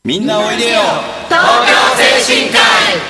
みんなおいでよ東京精神科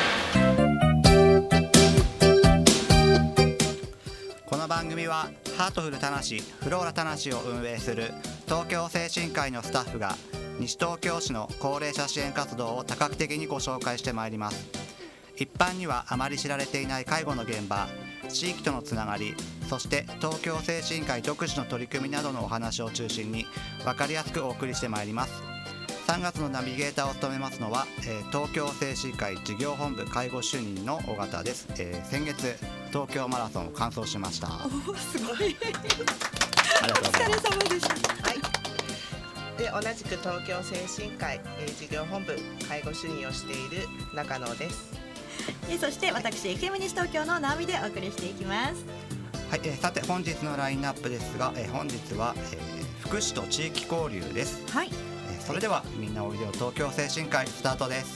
医。この番組はハートフルたなしフローラたなしを運営する東京精神科医のスタッフが西東京市の高齢者支援活動を多角的にご紹介してまいります。一般にはあまり知られていない介護の現場、地域とのつながり、そして東京精神科医独自の取り組みなどのお話を中心に分かりやすくお送りしてまいります。3月のナビゲーターを務めますのは、東京精神科医事業本部介護主任の尾形です。先月東京マラソンを完走しました。 すごいありがとうございます。 お疲れ様でした。 はい。で同じく東京精神科医事業本部介護主任をしている中野です。 そして私 FM 西東京の直美でお送りしていきます。 はい、さて本日のラインナップですが、本日は、福祉と地域交流です。 はい。 それではみんなおいでよ東京精神科医スタートです。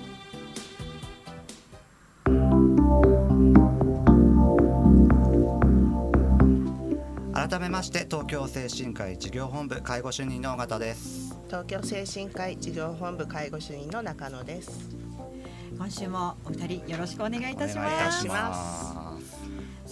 改めまして東京精神科医事業本部介護主任の尾形です。 東京精神科医事業本部介護主任の中野です。 今週もお二人よろしくお願いいたします。 お願いいたします。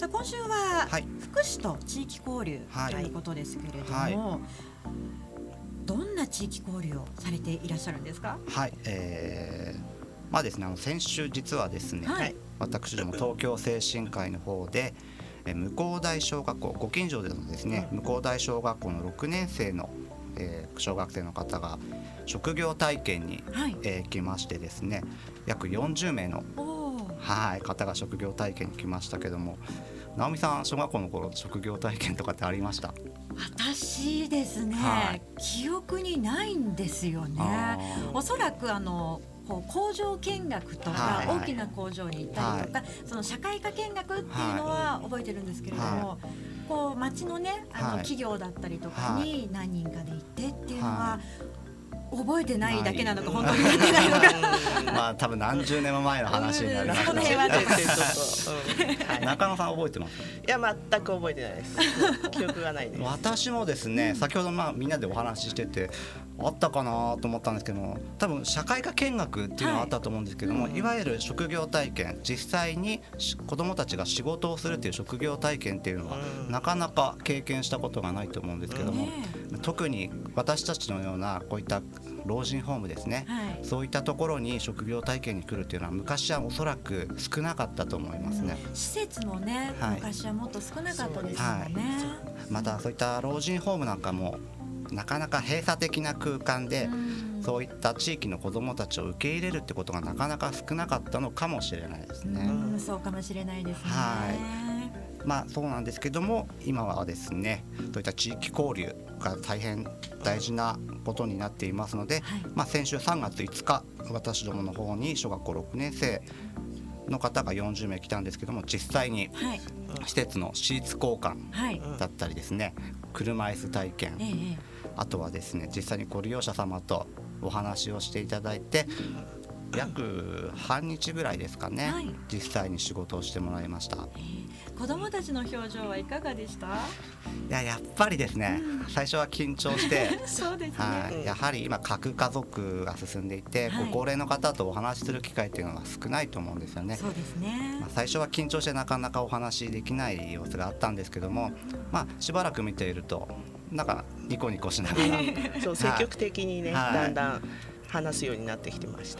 さあ今週は、 はい、 福祉と地域交流ということですけれども、はいはい、どんな地域交流をされていらっしゃるんですか？ はい、まあですね、先週実はですね、はい、私ども東京精神科医の方で向台小学校、ご近所でのですね、向台小学校の6年生の、小学生の方が職業体験に、来ましてですね、約40名の、方が職業体験に来ましたけども、直美さん小学校の頃職業体験とかってありました？ 私ですね、記憶にないんですよね。おそらく工場見学とか、大きな工場に行ったりとか、その社会科見学っていうのは覚えてるんですけれども、こう町のね企業だったりとかに何人かで行ってっていうのは覚えてないだけなのか本当に覚えてないのかまあ多分何十年も前の話になりますその辺は中野さん覚えてます？ いや全く覚えてないです。記憶がないです。 私もですね、先ほどみんなでお話ししててあったかなと思ったんですけども、多分社会科見学っていうのはあったと思うんですけども、いわゆる職業体験、実際に子どもたちが仕事をするっていう職業体験っていうのはなかなか経験したことがないと思うんですけども、特に私たちのようなこういった老人ホームですね、そういったところに職業体験に来るっていうのは昔はおそらく少なかったと思いますね。 施設もね、昔はもっと少なかったですよね。 またそういった老人ホームなんかもなかなか閉鎖的な空間で、そういった地域の子どもたちを受け入れるってことがなかなか少なかったのかもしれないですね。 そうかもしれないですね。 まあそうなんですけども、今はですねそういった地域交流が大変大事なことになっていますので、先週3月5日私どもの方に小学校6年生の方が40名来たんですけども、実際に施設のシーツ交換だったりですね、車椅子体験、あとはですね実際にご利用者様とお話をしていただいて約半日ぐらいですかね、実際に仕事をしてもらいました。 子どもたちの表情はいかがでした？ やっぱりですね、最初は緊張してそうですね、 やはり今核家族が進んでいて、ご高齢の方とお話しする機会っていうのが少ないと思うんですよね。 そうですね、 最初は緊張してなかなかお話しできない様子があったんですけども、しばらく見ているとなんかニコニコしながらそう積極的にね、だんだん話すようになってきてました。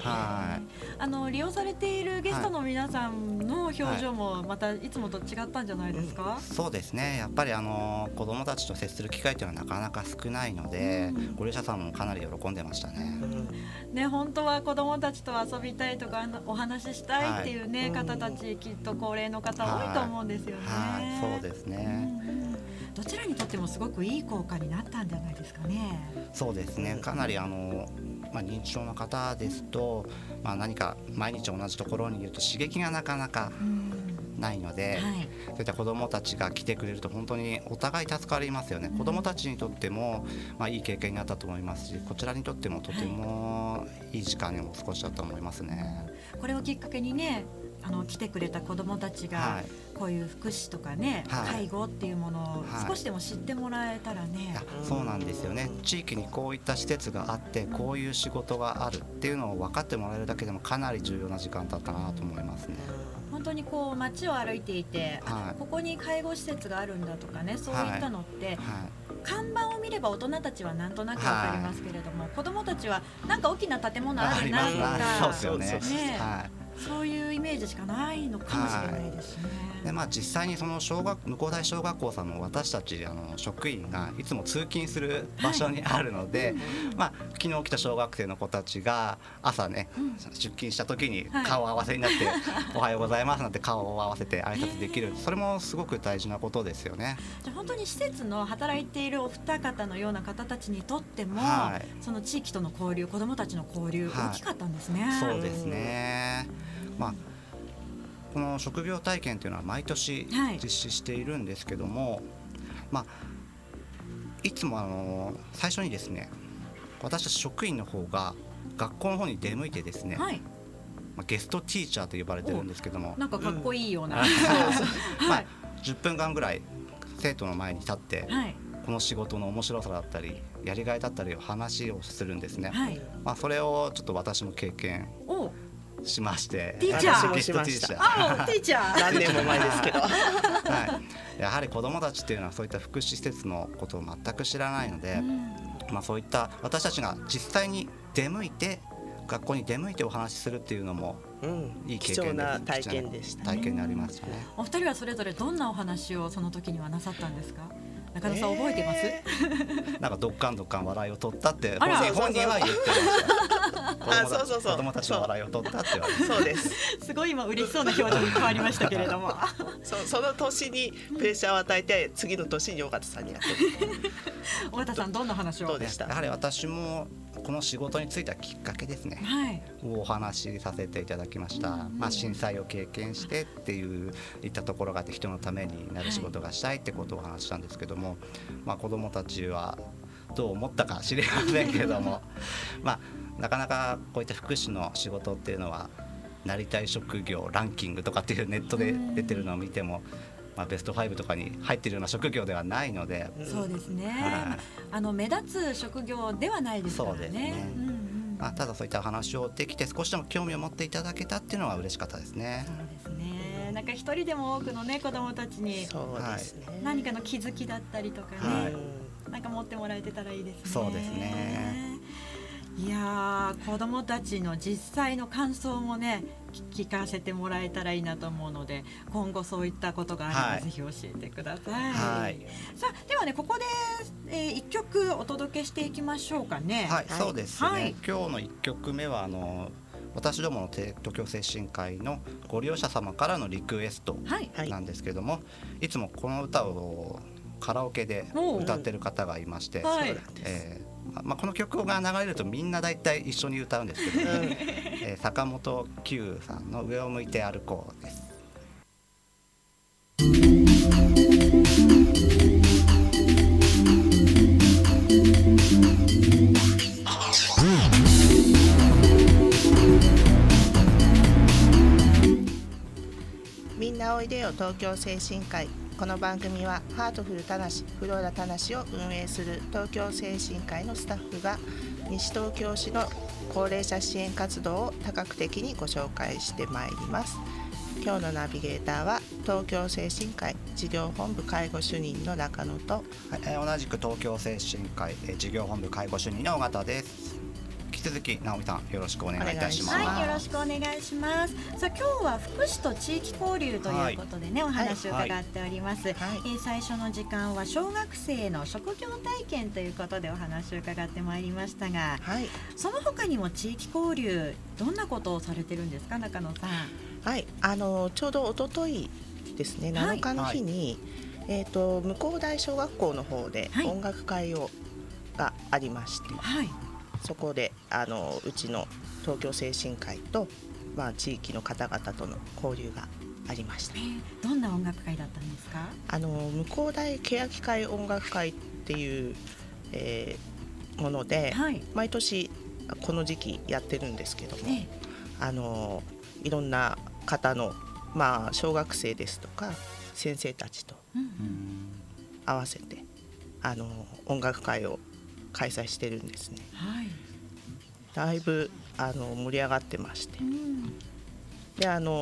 利用されているゲストの皆さんの表情もまたいつもと違ったんじゃないですか？ そうですね、やっぱり子どもたちと接する機会というのはなかなか少ないので、ご利用者さんもかなり喜んでましたね。 本当は子どもたちと遊びたいとかお話ししたいっていうね、方たちきっと高齢の方多いと思うんですよね。 そうですね、 どちらにとってもすごくいい効果になったんじゃないですかね。 そうですね、かなり認知症の方ですと、何か毎日同じところにいると刺激がなかなかないので、そういった子どもたちが来てくれると本当にお互い助かりますよね。子どもたちにとっても、いい経験になったと思いますし、こちらにとってもとてもいい時間を過ごしたと思いますね。 これをきっかけにね、 来てくれた子どもたちがこういう福祉とかね、介護っていうものを少しでも知ってもらえたらね、 そうなんですよね。地域にこういった施設があってこういう仕事があるっていうのを分かってもらえるだけでもかなり重要な時間だったなと思いますね。 本当にこう街を歩いていて、ここに介護施設があるんだとかね、そういったのって、看板を見れば大人たちはなんとなく分かりますけれども、子どもたちはなんか大きな建物あるなとか、そういうイメージしかないのかもしれないですね。 で実際にその向大小学校さんの私たち職員がいつも通勤する場所にあるので、昨日来た小学生の子たちが朝ね、出勤した時に顔合わせになっておはようございますなんて顔を合わせて挨拶できる、それもすごく大事なことですよね。 じゃあ本当に施設の働いているお二方のような方たちにとっても、その地域との交流、子どもたちの交流、大きかったんですね。 そうですね。この職業体験というのは毎年実施しているんですけども、いつも最初にですね、私たち職員の方が学校の方に出向いてですね、ゲストティーチャーと呼ばれてるんですけども、 なんかかっこいいような、 10分間ぐらい生徒の前に立って、この仕事の面白さだったりやりがいだったりを話をするんですね。それをちょっと私も経験しまして、 ティーチャーもしました。 ティーチャー何年も前ですけどやはり子どもたちっていうのはそういった福祉施設のことを全く知らないので、そういった私たちが実際に学校に出向いてお話しするっていうのもいい経験で、 貴重な体験でした。 体験になりましたね。 お二人はそれぞれどんなお話をその時にはなさったんですか？中野さん覚えてます？ なんかどっかん笑いを取ったって本人は言ってました。子供たちの笑いを取ったって言われて、 そうです。 すごい今嬉しそうな表情に変わりましたけれどもその年にプレッシャーを与えて次の年に尾形さんにやってる。 尾形さんどんな話を？ どうでした？ やはり私もこの仕事に就いたきっかけですね、をお話しさせていただきました。震災を経験してっていったところがあって、人のためになる仕事がしたいってことをお話したんですけども、子どもたちはどう思ったか知りませんけどもなかなかこういった福祉の仕事っていうのはなりたい職業ランキングとかっていうネットで出てるのを見ても、ベスト5とかに入っているような職業ではないので、 そうですね、目立つ職業ではないですからね。 そうですね。ただそういった話をできて少しでも興味を持っていただけたっていうのは嬉しかったですね。 そうですね。なんか一人でも多くのね子どもたちに何かの気づきだったりとかね、なんか持ってもらえてたらいいですね。 そうですね。 いや子どもたちの実際の感想もね聞かせてもらえたらいいなと思うので、今後そういったことがあればぜひ教えてください。さあではね、ここで、1曲お届けしていきましょうかね。 そうですね、今日の1曲目は私どもの東京精神科医のご利用者様からのリクエストなんですけども、いつもこの歌をカラオケで歌ってる方がいまして、この曲が流れるとみんな大体一緒に歌うんですけどね、坂本九さんの上を向いて歩こうです。 みんなおいでよ東京精神科医。この番組はハートフルたなしフローラたなしを運営する東京精神科医のスタッフが西東京市の高齢者支援活動を多角的にご紹介してまいります。今日のナビゲーターは東京精神科医事業本部介護主任の中野と、 同じく東京精神科医事業本部介護主任の尾形です。引き続き直美さんよろしくお願いいたします。 よろしくお願いします。さあ今日は福祉と地域交流ということでね、お話を伺っております。最初の時間は小学生の職業体験ということでお話を伺ってまいりましたが、その他にも地域交流どんなことをされてるんですか、中野さん。 ちょうど一昨日ですね、7日の日に、向大小学校の方で音楽会がありまして、そこでうちの東京精神科医と、地域の方々との交流がありました。 どんな音楽会だったんですか？ 向大欅会音楽会っていう、もので、毎年この時期やってるんですけども、いろんな方の、小学生ですとか先生たちと合わせて音楽会を開催してるんですね。 はい、 だいぶ盛り上がってまして、で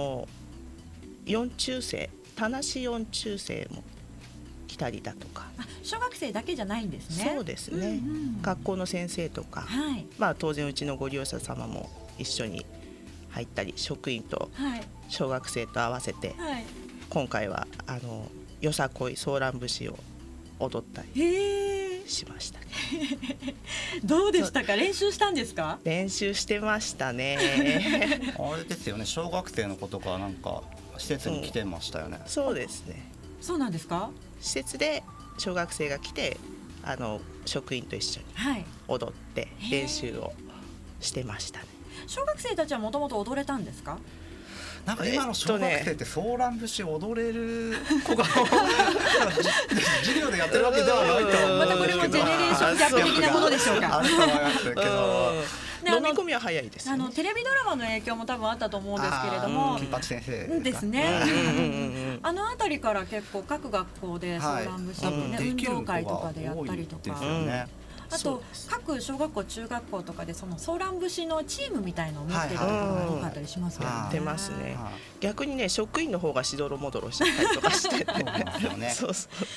4中生、田無4中生も来たりだとか。 小学生だけじゃないんですね。 そうですね、学校の先生とか、 はい、 当然うちのご利用者様も一緒に入ったり、職員と小学生と合わせて、はい、今回はよさこいソーラン節を踊ったりしましたね。 どうでしたか？練習したんですか？ 練習してましたね。 あれですよね、小学生の子とかなんか施設に来てましたよね。 そうですね。 そうなんですか？ 施設で小学生が来て職員と一緒に踊って練習をしてましたね。 小学生たちはもともと踊れたんですか？ なんか今の小学生ってソーラン節踊れる子が授業でやってるわけではないと思う。 またこれもジェネレーションギャップ的なものでしょうか？ あると思いますけど、 飲み込みは早いですね。 テレビドラマの影響も多分あったと思うんですけれども、 金八先生ですね。あのあたりから結構各学校でソーラン節をね、運動会とかでやったりとか。あと各小学校中学校とかでそのソーラン節のチームみたいのを持ってるところが多かったりしますよね。 やってますね。逆にね、職員の方がしどろもどろしちゃったりとかして、そう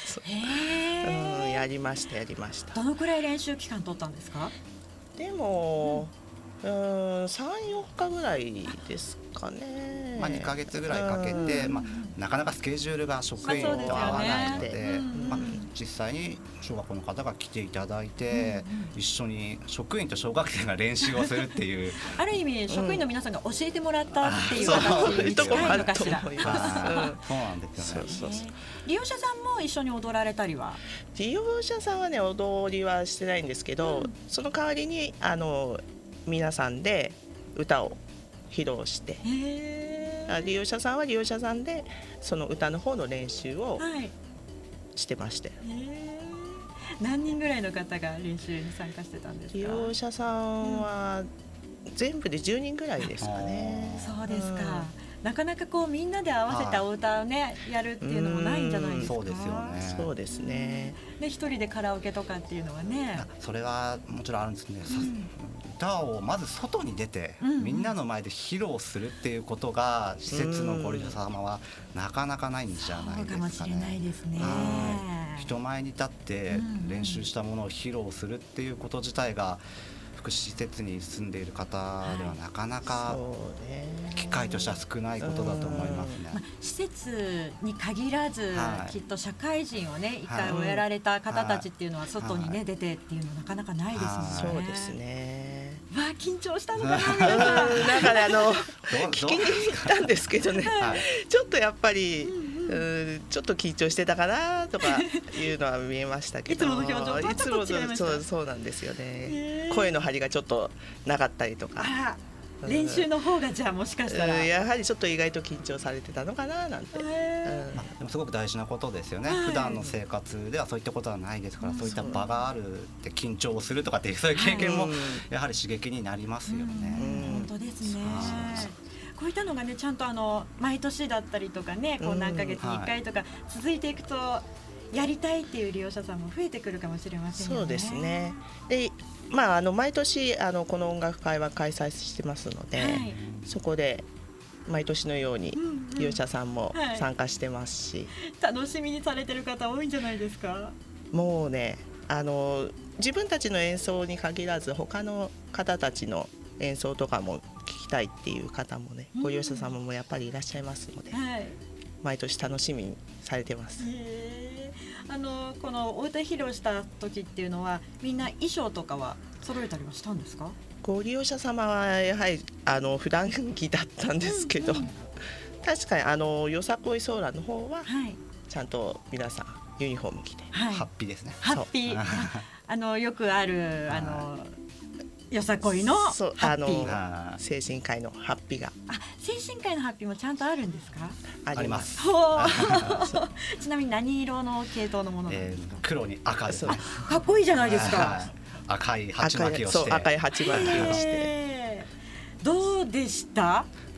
やりました。 どのくらい練習期間取ったんですか？ でも3、4日ぐらいですかね。 2ヶ月ぐらいかけて、なかなかスケジュールが職員と合わないので、実際に小学校の方が来ていただいて、一緒に職員と小学生が練習をするっていうある意味職員の皆さんが教えてもらったっていう形に近いのかしら。 そうなんですよね。 利用者さんも一緒に踊られたりは？ 利用者さんはね、踊りはしてないんですけど、その代わりに皆さんで歌を披露して、利用者さんは利用者さんでその歌の方の練習をしてまして、 何人ぐらいの方が練習に参加してたんですか？ 利用者さんは全部で10人ぐらいですかね。 そうですか。なかなかこうみんなで合わせたお歌をねやるっていうのもないんじゃないですか？ そうですよね。 そうですね。 で一人でカラオケとかっていうのはね。 それはもちろんあるんですね。歌をまず外に出て、みんなの前で披露するっていうことが施設のご利用者様はなかなかないんじゃないですかね。 そうかもしれないですね。 人前に立って練習したものを披露するっていうこと自体が福祉施設に住んでいる方ではなかなか機会としては少ないことだと思いますね。 施設に限らず、きっと社会人をね一回終えられた方たちっていうのは外にね出てっていうのはなかなかないですもんね。 そうですね。 緊張したのかな。 なんかね聞きに行ったんですけどね、ちょっとやっぱりちょっと緊張してたかなとかいうのは見えましたけど、 いつもの表情とちょっと違いました。 そうなんですよね。声の張りがちょっとなかったりとか。 練習の方がじゃあもしかしたらやはりちょっと意外と緊張されてたのかななんて。 でもすごく大事なことですよね。普段の生活ではそういったことはないですから、そういった場があるって緊張をするとかっていうそういう経験もやはり刺激になりますよね。 本当ですね。こういったのがねちゃんと毎年だったりとかね、こう何ヶ月に1回とか続いていくとやりたいっていう利用者さんも増えてくるかもしれませんよね。 そうですね。で毎年この音楽会は開催してますので、そこで毎年のように利用者さんも参加してますし、 楽しみにされてる方多いんじゃないですか？ もうね自分たちの演奏に限らず他の方たちの演奏とかも聞きたいっていう方もね、ご利用者様もやっぱりいらっしゃいますので、毎年楽しみにされてます。 このお歌披露した時っていうのはみんな衣装とかは揃えたりはしたんですか？ ご利用者様はやはり普段着だったんですけど、確かによさこいソーランの方はちゃんと皆さんユニフォーム着て、 ハッピーですね。 ハッピーよくあるよさこいのハッピー、 精神科医のハッピーが。 精神科医のハッピーもちゃんとあるんですか？ あります。 ちなみに何色の系統のものなんですか？ 黒に赤ですね。 かっこいいじゃないですか。 赤い鉢巻きをして。 赤い鉢巻きをして。 どうでした？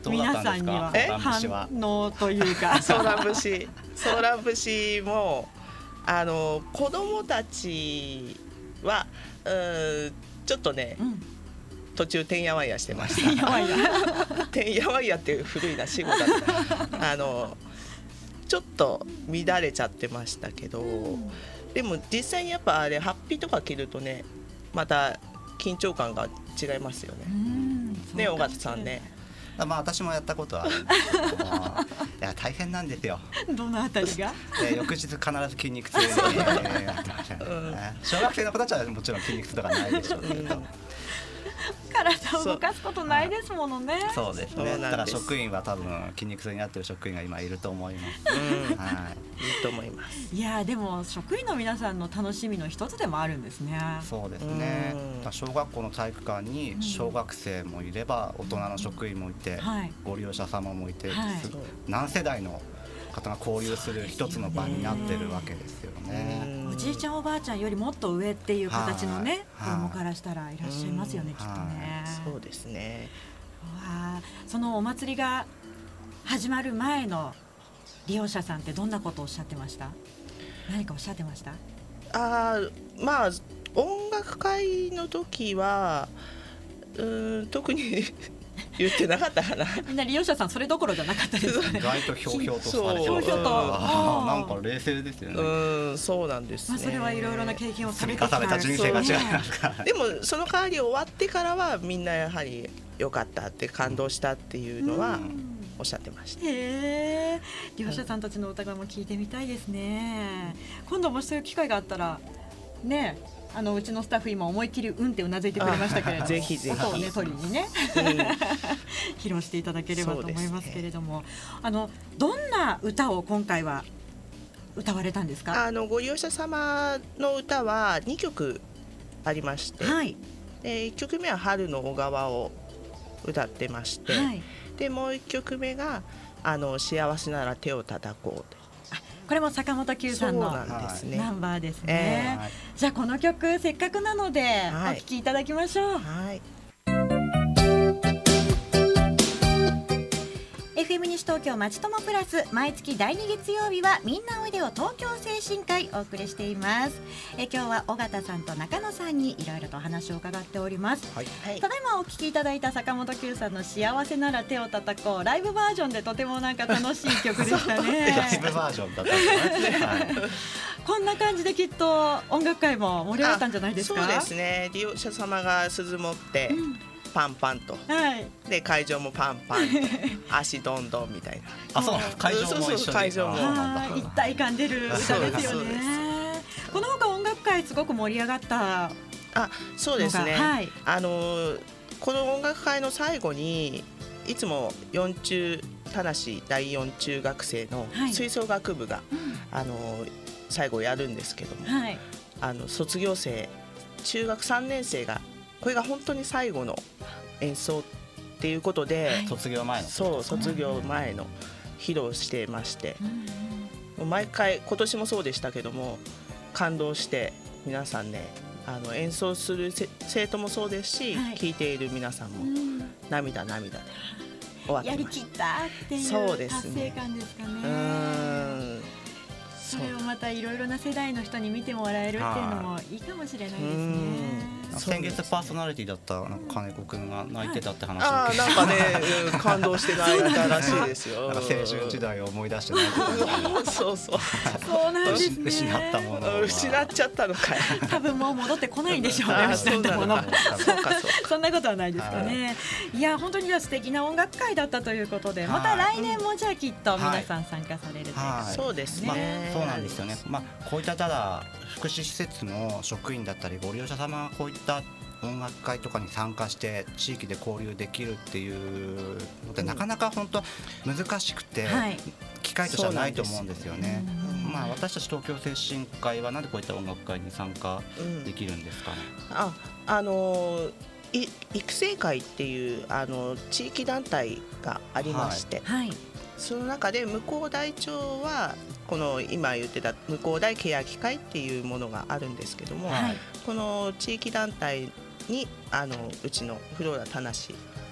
皆さんには反応というかソーラン節も子供たちはちょっとね、途中てんやわんやしてました。てんやわんやっていう古いな死語だったちょっと乱れちゃってましたけど、でも実際にやっぱあれハッピーとか着るとねまた緊張感が違いますよね。ね、尾形さんね。 まあ私もやったことはあるんですけどいや大変なんですよ。 どのあたりが？ 翌日必ず筋肉痛になってましたね。小学生の子たちはもちろん筋肉痛とかないでしょうけど。 体を動かすことないですものね。 そうですね。だから職員は多分筋肉痛になってる職員が今いると思います。 いいと思います。 いやでも職員の皆さんの楽しみの一つでもあるんですね。 そうですね。小学校の体育館に小学生もいれば大人の職員もいて、ご利用者様もいて、何世代の方が交流する一つの場になってるわけですよね。 おじいちゃんおばあちゃんよりもっと上っていう形のね子供からしたらいらっしゃいますよね、きっとね。 そうですね。 そのお祭りが始まる前の利用者さんってどんなことをおっしゃってました？何かおっしゃってました？ まあ音楽会の時は特に言ってなかったかな。 みんな利用者さんそれどころじゃなかったですかね。 意外とひょうひょうとされてます。なんか冷静ですよね。 そうなんですね。 それはいろいろな経験をされて積み重ねた人生が違いますから。 でもその代わり終わってからはみんなやはり良かったって感動したっていうのはおっしゃってました。 利用者さんたちの歌声も聞いてみたいですね。今度もそういう機会があったらね。うちのスタッフ今思いっきりってうなずいてくれましたけれども、 ぜひぜひ音をね取りにね披露していただければと思いますけれども、どんな歌を今回は歌われたんですか？ ご利用者様の歌は2曲ありまして、1曲目は春の小川を歌ってまして、でもう1曲目が幸せなら手を叩こう。 これも坂本九さんのナンバーですね。じゃあこの曲せっかくなのでお聴きいただきましょう。FM 西東京まちともプラス毎月第2月曜日はみんなおいでよ東京精神科医お送りしています。今日は尾形さんと中野さんにいろいろとお話を伺っております。ただいまお聴きいただいた坂本九さんの幸せなら手を叩こうライブバージョンでとてもなんか楽しい曲でしたね。 ライブバージョンだったんですね。 こんな感じできっと音楽会も盛り上がったんじゃないですか？ そうですね。利用者様が鈴持ってパンパンと、で会場もパンパンと足どんどんみたいな。 そう会場も一緒に。 会場も一体感出る歌ですよね。この他音楽会すごく盛り上がった。 そうですね。この音楽会の最後にいつも4中田無第4中学生の吹奏楽部が最後やるんですけども、卒業生中学3年生がこれが本当に最後の演奏っていうことで、 卒業前の卒業前の披露してまして、毎回今年もそうでしたけども感動して皆さんね演奏する生徒もそうですし、聴いている皆さんも涙で終わってました。 やりきったっていう達成感ですかね。それをまたいろいろな世代の人に見てもらえるっていうのもいいかもしれないですね。 先月パーソナリティだった金子くんが泣いてたって話を聞いて、なんかね感動して泣いたらしいですよ。 青春時代を思い出して泣いてた。 そうなんですね。 失ったものを失っちゃったのかい。 多分もう戻ってこないんでしょうね。失ったもの。そんなことはないですかね。いや本当に素敵な音楽会だったということで、また来年もじゃあきっと皆さん参加されるということですね。 そうですね。 そうなんですよね。こういったただ福祉施設の職員だったりご利用者様がこういった音楽会とかに参加して地域で交流できるっていうのってなかなか本当難しくて、機会としてはないと思うんですよね。私たち東京精神科医はなんでこういった音楽会に参加できるんですかね。 育成会っていう地域団体がありまして、その中で向こう大町はこの今言ってた向こう大欅会っていうものがあるんですけども、この地域団体にうちのフローラ田無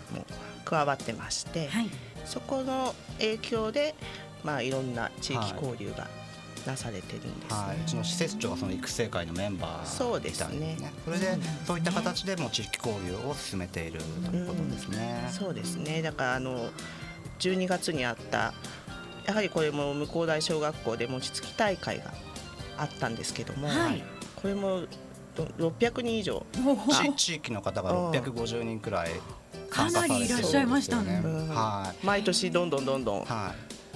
も加わってまして、 はい、 そこの影響で、いろんな地域交流がなされてるんですね。 はい、うちの施設長はその育成会のメンバーそうですね。 それでそういった形でも地域交流を進めているということですね。 そうですね。だから12月にあったやはりこれも向大小学校で餅つき大会があったんですけども、 はい、 これも600人以上地域の方が650人くらい参加されてるんですよね。 かなりいらっしゃいましたね。 はい、 毎年どんどん、はい、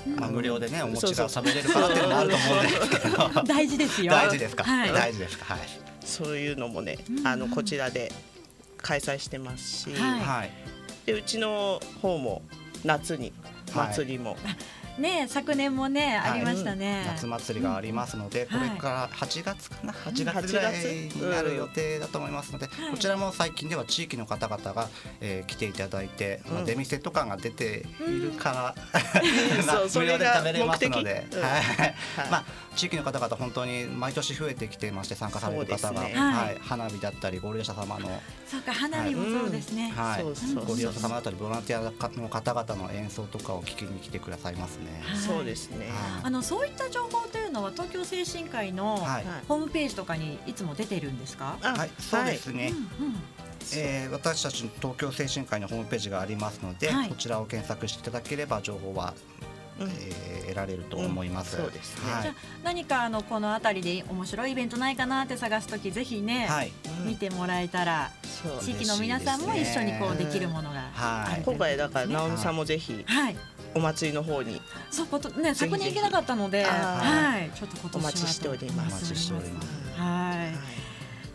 無料でねお餅が食べれるからっていうのもあると思うんですけど大事ですよ。 大事ですか、 はい、 大事ですか、はい、 そういうのもね、こちらで開催してますし、 はい、 でうちの方も夏に祭りも、 ね、昨年もね、ありましたね。 夏祭りがありますので、これから8月かな、8月ぐらいになる予定だと思いますので、こちらも最近では地域の方々が、来ていただいて、出店とかが出ているから無料で食べれますので、地域の方々本当に毎年増えてきていまして、参加される方が、花火だったりご利用者様の、 そうか、花火もそうですね、 ご利用者様だったりボランティアの方々の演奏とかを聞きに来てくださいますね。 そうですね。 そういった情報というのは東京精神科医のホームページとかにいつも出てるんですか？ はい、そうですね。私たちの東京精神科医のホームページがありますので、こちらを検索していただければ情報は得られると思います。 そうですね。 じゃあ何かこの辺りで面白いイベントないかなって探すとき、ぜひね、見てもらえたら地域の皆さんも一緒にできるものがある。 今回だから直美さんもぜひお祭りの方に、 そうね、昨年行けなかったので、ちょっと今年はお待ちしております。 はい。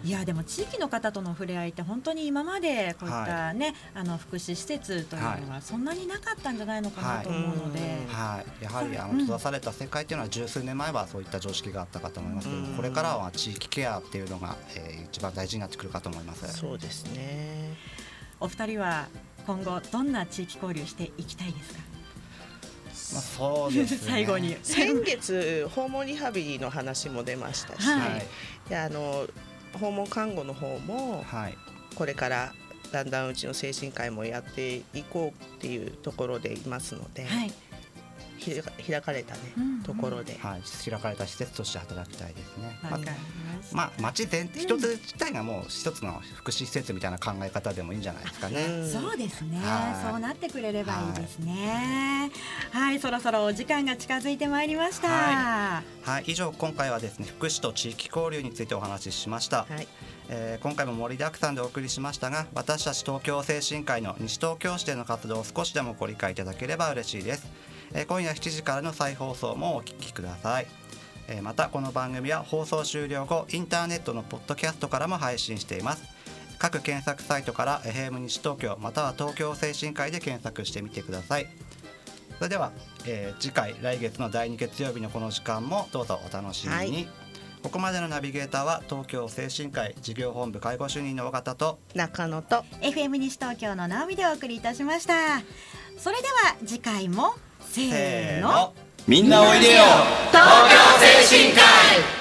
いやでも地域の方との触れ合いって本当に今までこういったね、福祉施設というのはそんなになかったんじゃないのかなと思うので、 やはり閉ざされた世界というのは十数年前はそういった常識があったかと思いますけど、これからは地域ケアっていうのが、一番大事になってくるかと思います。 そうですね。 お二人は今後どんな地域交流していきたいですか？ そうですね、 最後に先月訪問リハビリの話も出ましたし、訪問看護の方もこれからだんだんうちの精神科医もやっていこうっていうところでいますので、開かれた、ところで、 開かれた施設として働きたいですね。町全体一つ自体がもう一つの福祉施設みたいな考え方でもいいんじゃないですかね。 そうですね、そうなってくれればいいですね。はい、そろそろお時間が近づいてまいりました。 以上今回はですね、福祉と地域交流についてお話ししました。今回も盛りだくさんでお送りしましたが、私たち東京精神科医の西東京市での活動を少しでもご理解いただければ嬉しいです。今夜7時からの再放送もお聞きください。またこの番組は放送終了後インターネットのポッドキャストからも配信しています。各検索サイトから FM 西東京または東京精神科医で検索してみてください。それでは、次回来月の第2月曜日のこの時間もどうぞお楽しみに。ここまでのナビゲーターは東京精神科医事業本部介護主任の尾形と中野と FM 西東京の直美でお送りいたしました。それでは次回もせーの、 みんなおいでよ東京精神科医。